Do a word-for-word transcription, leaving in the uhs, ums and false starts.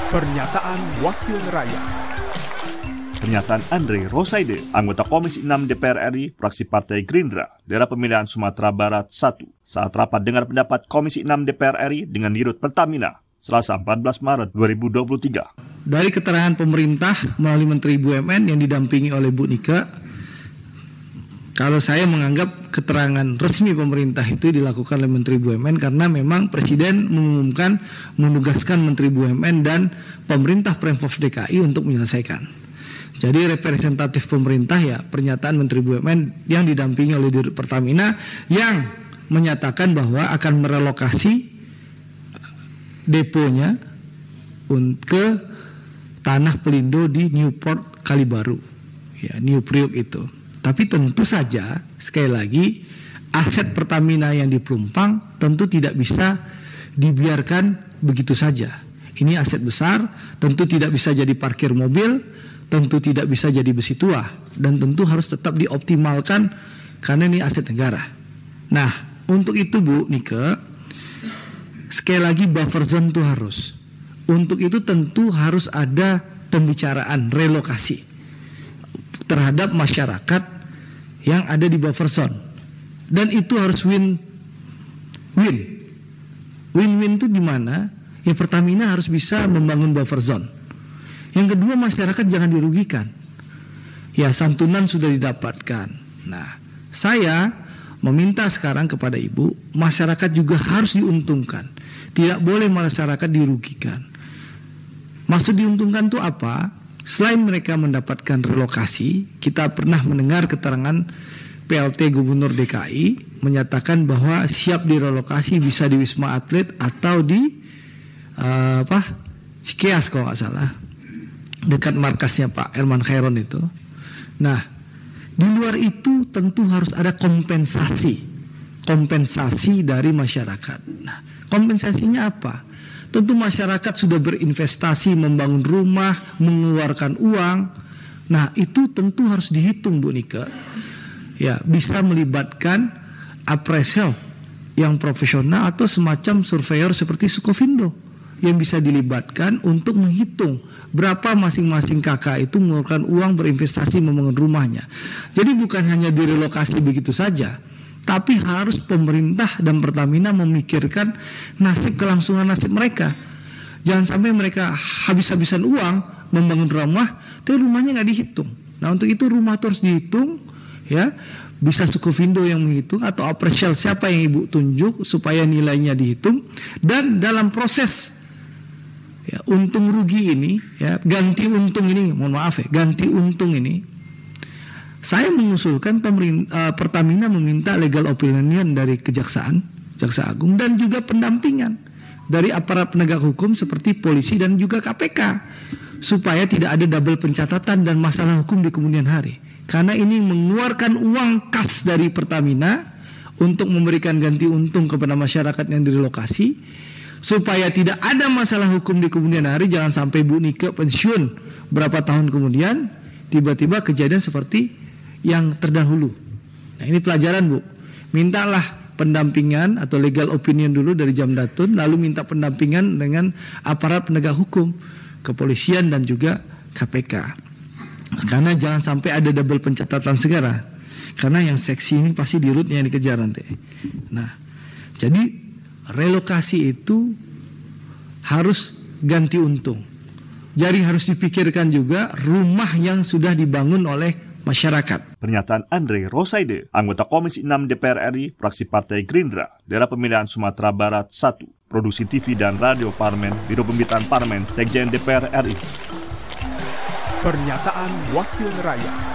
Pernyataan Wakil Rakyat. Pernyataan Andre Rosaide, anggota Komisi enam D P R R I, fraksi Partai Gerindra, daerah pemilihan Sumatera Barat satu, saat rapat dengar pendapat Komisi enam D P R R I dengan Dirut Pertamina, Selasa empat belas Maret dua ribu dua puluh tiga. Dari keterangan pemerintah melalui Menteri B U M N yang didampingi oleh Bu Nike, kalau saya menganggap keterangan resmi pemerintah itu dilakukan oleh Menteri B U M N karena memang Presiden mengumumkan menugaskan Menteri B U M N dan pemerintah Pemprov D K I untuk menyelesaikan. Jadi representatif pemerintah ya pernyataan Menteri B U M N yang didampingi oleh Dirut Pertamina yang menyatakan bahwa akan merelokasi deponya ke tanah Pelindo di Newport Kalibaru, ya New Priok itu. Tapi tentu saja sekali lagi aset Pertamina yang di Pelumpang tentu tidak bisa dibiarkan begitu saja. Ini aset besar, tentu tidak bisa jadi parkir mobil, tentu tidak bisa jadi besi tua, dan tentu harus tetap dioptimalkan karena ini aset negara. Nah, untuk itu Bu Nike, sekali lagi buffer zone itu harus. Untuk itu tentu harus ada pembicaraan relokasi terhadap masyarakat yang ada di buffer zone, dan itu harus win-win. Win-win itu di mana? Ya Pertamina harus bisa membangun buffer zone. Yang kedua, masyarakat jangan dirugikan. Ya santunan sudah didapatkan. Nah, saya meminta sekarang kepada Ibu, masyarakat juga harus diuntungkan. Tidak boleh masyarakat dirugikan. Maksud diuntungkan itu apa? Selain mereka mendapatkan relokasi, kita pernah mendengar keterangan P L T Gubernur D K I menyatakan bahwa siap direlokasi bisa di Wisma Atlet atau di uh, apa Cikeas kalau nggak salah, dekat markasnya Pak Herman Khairon itu. Nah, di luar itu tentu harus ada kompensasi, kompensasi dari masyarakat. Nah, kompensasinya apa? Tentu masyarakat sudah berinvestasi membangun rumah, mengeluarkan uang. Nah, itu tentu harus dihitung Bu Nike. Ya, bisa melibatkan appraisal yang profesional atau semacam surveyor seperti Sukovindo yang bisa dilibatkan untuk menghitung berapa masing-masing kakak itu mengeluarkan uang berinvestasi membangun rumahnya. Jadi bukan hanya direlokasi begitu saja, tapi harus pemerintah dan Pertamina memikirkan nasib kelangsungan nasib mereka. Jangan sampai mereka habis-habisan uang membangun rumah, tapi rumahnya nggak dihitung. Nah, untuk itu rumah terus dihitung, ya bisa Sukovindo yang menghitung atau appraisal siapa yang Ibu tunjuk supaya nilainya dihitung, dan dalam proses ya, untung rugi ini, ya ganti untung ini, mohon maaf ya, ganti untung ini. Saya mengusulkan pemerintah, uh, Pertamina meminta legal opinion dari Kejaksaan, Jaksa Agung, dan juga pendampingan dari aparat penegak hukum seperti polisi dan juga K P K supaya tidak ada double pencatatan dan masalah hukum di kemudian hari. Karena ini mengeluarkan uang kas dari Pertamina untuk memberikan ganti untung kepada masyarakat yang direlokasi supaya tidak ada masalah hukum di kemudian hari. Jangan sampai Bu Nike pensiun berapa tahun kemudian tiba-tiba kejadian seperti yang terdahulu. Nah, ini pelajaran Bu. Mintalah pendampingan atau legal opinion dulu dari Jamdatun, lalu minta pendampingan dengan aparat penegak hukum, kepolisian dan juga K P K. Karena jangan sampai ada double pencatatan segera. Karena yang seksi ini pasti dirutnya yang dikejar nanti. Nah, jadi relokasi itu harus ganti untung. Jadi harus dipikirkan juga rumah yang sudah dibangun oleh masyarakat. Pernyataan Andre Rosaide, anggota Komisi enam D P R R I, fraksi Partai Gerindra, daerah pemilihan Sumatera Barat satu, produksi T V dan radio Parlemen, Biro Pemberitaan Parlemen, Sekjen D P R R I. Pernyataan Wakil Rakyat.